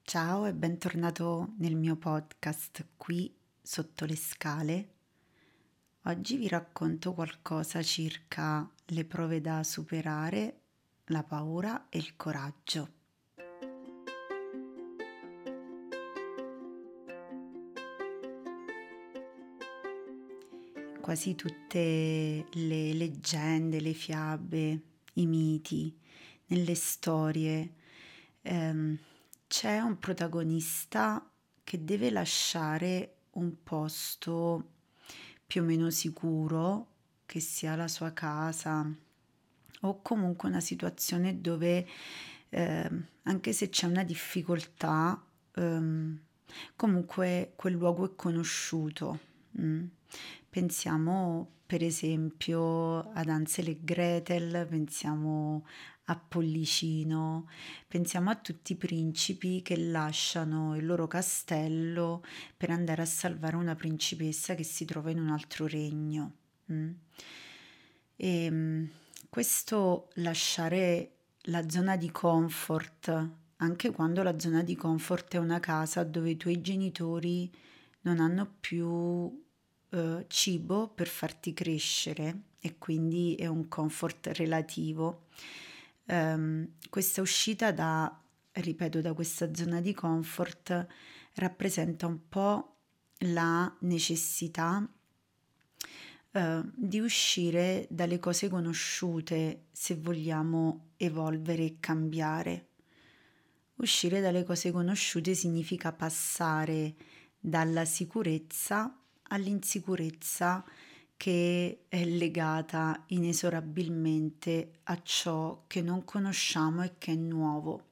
Ciao e bentornato nel mio podcast qui sotto le scale. Oggi vi racconto qualcosa circa le prove da superare, la paura e il coraggio. Quasi tutte le leggende, le fiabe, i miti, nelle storie c'è un protagonista che deve lasciare un posto più o meno sicuro, che sia la sua casa o comunque una situazione dove anche se c'è una difficoltà, comunque quel luogo è conosciuto. Pensiamo per esempio ad Hansel e Gretel, pensiamo a Pollicino, pensiamo a tutti i principi che lasciano il loro castello per andare a salvare una principessa che si trova in un altro regno. E questo lasciare la zona di comfort, anche quando la zona di comfort è una casa dove i tuoi genitori non hanno più cibo per farti crescere e quindi è un comfort relativo. Questa uscita ripeto, da questa zona di comfort rappresenta un po' la necessità di uscire dalle cose conosciute se vogliamo evolvere e cambiare. Uscire dalle cose conosciute significa passare dalla sicurezza all'insicurezza che è legata inesorabilmente a ciò che non conosciamo e che è nuovo.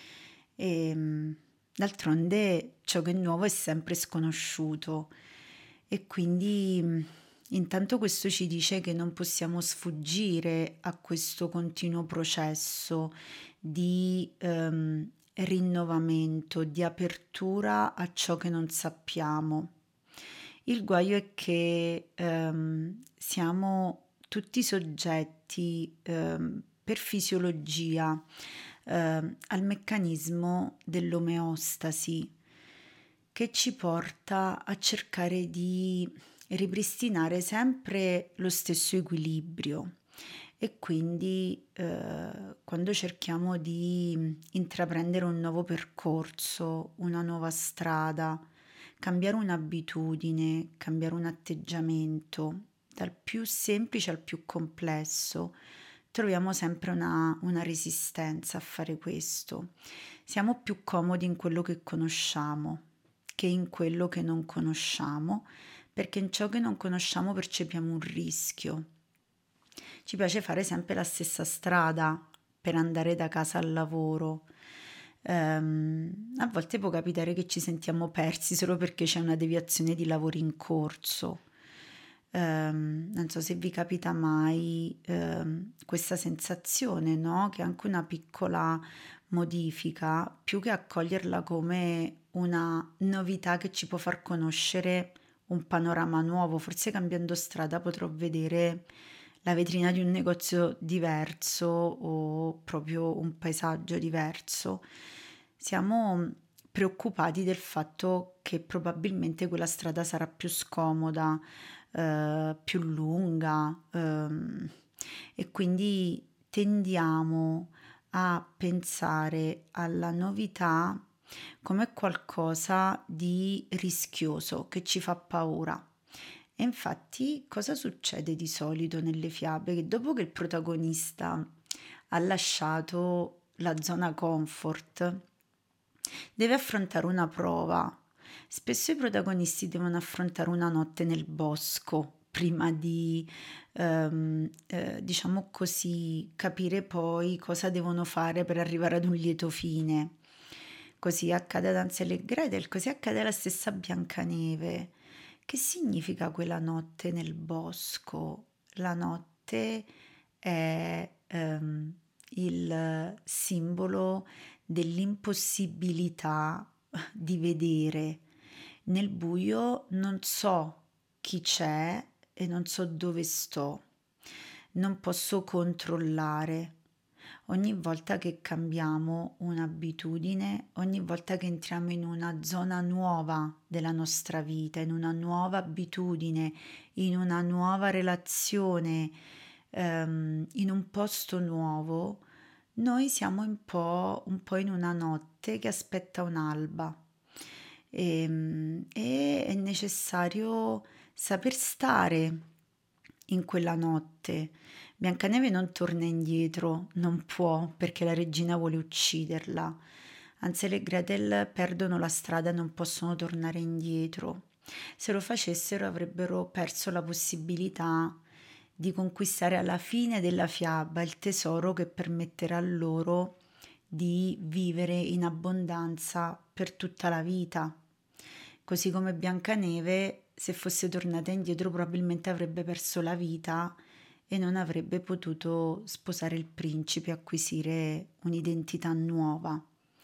D'altronde ciò che è nuovo è sempre sconosciuto e quindi intanto questo ci dice che non possiamo sfuggire a questo continuo processo di rinnovamento, di apertura a ciò che non sappiamo. Il guaio è che siamo tutti soggetti per fisiologia al meccanismo dell'omeostasi che ci porta a cercare di ripristinare sempre lo stesso equilibrio e quindi quando cerchiamo di intraprendere un nuovo percorso, una nuova strada, cambiare un'abitudine, cambiare un atteggiamento, dal più semplice al più complesso, troviamo sempre una resistenza a fare questo. Siamo più comodi in quello che conosciamo che in quello che non conosciamo, perché in ciò che non conosciamo percepiamo un rischio. Ci piace fare sempre la stessa strada per andare da casa al lavoro. A volte può capitare che ci sentiamo persi solo perché c'è una deviazione di lavori in corso. Non so se vi capita mai questa sensazione, no? Che anche una piccola modifica, più che accoglierla come una novità che ci può far conoscere un panorama nuovo, forse cambiando strada potrò vedere la vetrina di un negozio diverso o proprio un paesaggio diverso. Siamo preoccupati del fatto che probabilmente quella strada sarà più scomoda, più lunga, e quindi tendiamo a pensare alla novità come qualcosa di rischioso che ci fa paura. E infatti cosa succede di solito nelle fiabe? Che dopo che il protagonista ha lasciato la zona comfort, deve affrontare una prova. Spesso i protagonisti devono affrontare una notte nel bosco prima di, diciamo così, capire poi cosa devono fare per arrivare ad un lieto fine. Così accade ad Hansel e Gretel, così accade alla stessa Biancaneve. Che significa quella notte nel bosco? La notte è il simbolo dell'impossibilità di vedere. Nel buio non so chi c'è e non so dove sto, non posso controllare. Ogni volta che cambiamo un'abitudine, ogni volta che entriamo in una zona nuova della nostra vita, in una nuova abitudine, in una nuova relazione, in un posto nuovo, noi siamo un po' in una notte che aspetta un'alba. E è necessario saper stare in quella notte. Biancaneve non torna indietro, non può perché la regina vuole ucciderla. Hansel e Gretel perdono la strada e non possono tornare indietro. Se lo facessero avrebbero perso la possibilità di conquistare alla fine della fiaba il tesoro che permetterà loro di vivere in abbondanza per tutta la vita. Così come Biancaneve, se fosse tornata indietro, probabilmente avrebbe perso la vita e non avrebbe potuto sposare il principe e acquisire un'identità nuova.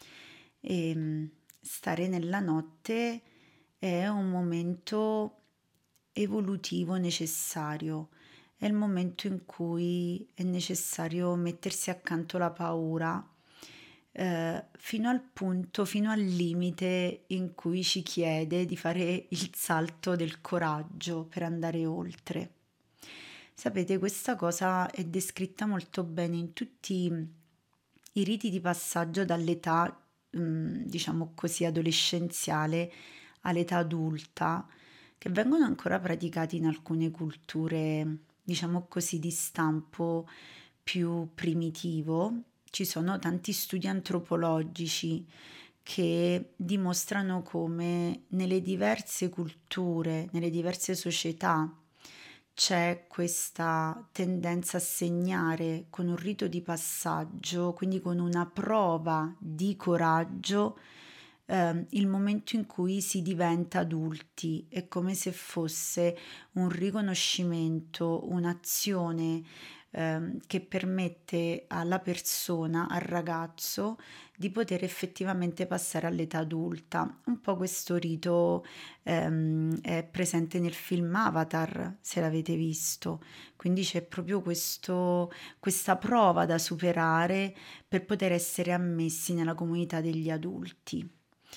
Stare nella notte è un momento evolutivo necessario, è il momento in cui è necessario mettersi accanto la paura, fino al punto, fino al limite in cui ci chiede di fare il salto del coraggio per andare oltre. Sapete, questa cosa è descritta molto bene in tutti i riti di passaggio dall'età, diciamo così, adolescenziale all'età adulta, che vengono ancora praticati in alcune culture, diciamo così, di stampo più primitivo. Ci sono tanti studi antropologici che dimostrano come nelle diverse culture, nelle diverse società, c'è questa tendenza a segnare con un rito di passaggio, quindi con una prova di coraggio, il momento in cui si diventa adulti. È come se fosse un riconoscimento, un'azione che permette alla persona, al ragazzo, di poter effettivamente passare all'età adulta. Un po' questo rito è presente nel film Avatar, se l'avete visto. Quindi c'è proprio questa prova da superare per poter essere ammessi nella comunità degli adulti.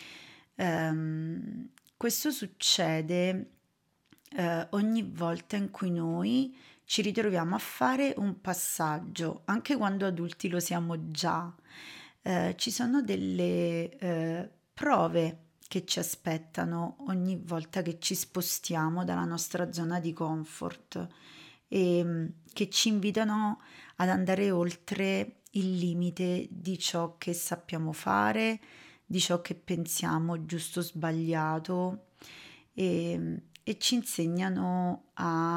Questo succede ogni volta in cui noi ci ritroviamo a fare un passaggio, anche quando adulti lo siamo già. Ci sono delle prove che ci aspettano ogni volta che ci spostiamo dalla nostra zona di comfort e che ci invitano ad andare oltre il limite di ciò che sappiamo fare, di ciò che pensiamo giusto o sbagliato e ci insegnano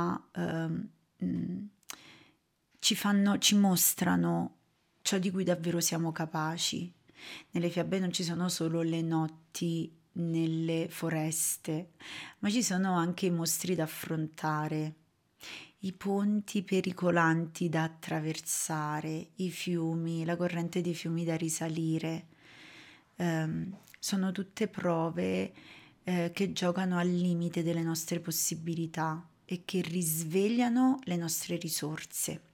ci mostrano ciò di cui davvero siamo capaci. Nelle fiabe non ci sono solo le notti nelle foreste, ma ci sono anche i mostri da affrontare, i ponti pericolanti da attraversare, i fiumi, la corrente dei fiumi da risalire. Sono tutte prove che giocano al limite delle nostre possibilità e che risvegliano le nostre risorse.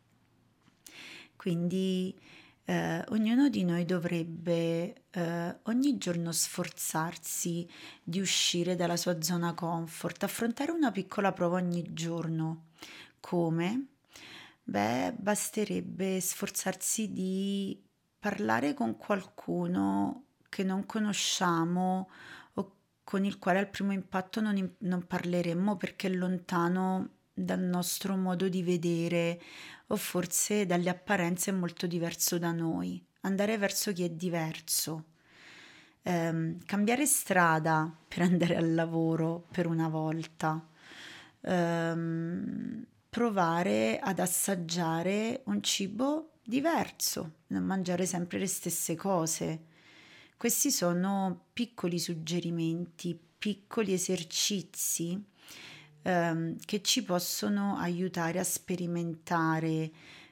Quindi ognuno di noi dovrebbe ogni giorno sforzarsi di uscire dalla sua zona comfort, affrontare una piccola prova ogni giorno. Come? Beh, basterebbe sforzarsi di parlare con qualcuno che non conosciamo o con il quale al primo impatto non parleremmo perché è lontano dal nostro modo di vedere o forse dalle apparenze è molto diverso da noi. Andare verso chi è diverso. Cambiare strada per andare al lavoro per una volta. Provare ad assaggiare un cibo diverso, non mangiare sempre le stesse cose. Questi sono piccoli suggerimenti, piccoli esercizi che ci possono aiutare a sperimentare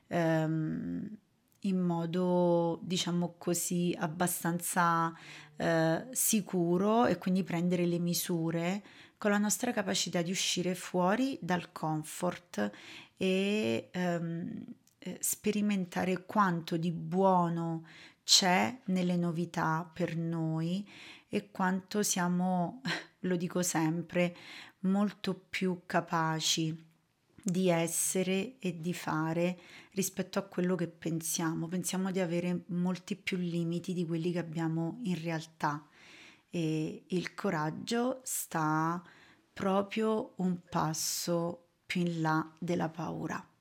in modo, diciamo così, abbastanza sicuro e quindi prendere le misure con la nostra capacità di uscire fuori dal comfort e sperimentare quanto di buono c'è nelle novità per noi e quanto siamo, lo dico sempre, molto più capaci di essere e di fare rispetto a quello che pensiamo. Pensiamo di avere molti più limiti di quelli che abbiamo in realtà e il coraggio sta proprio un passo più in là della paura.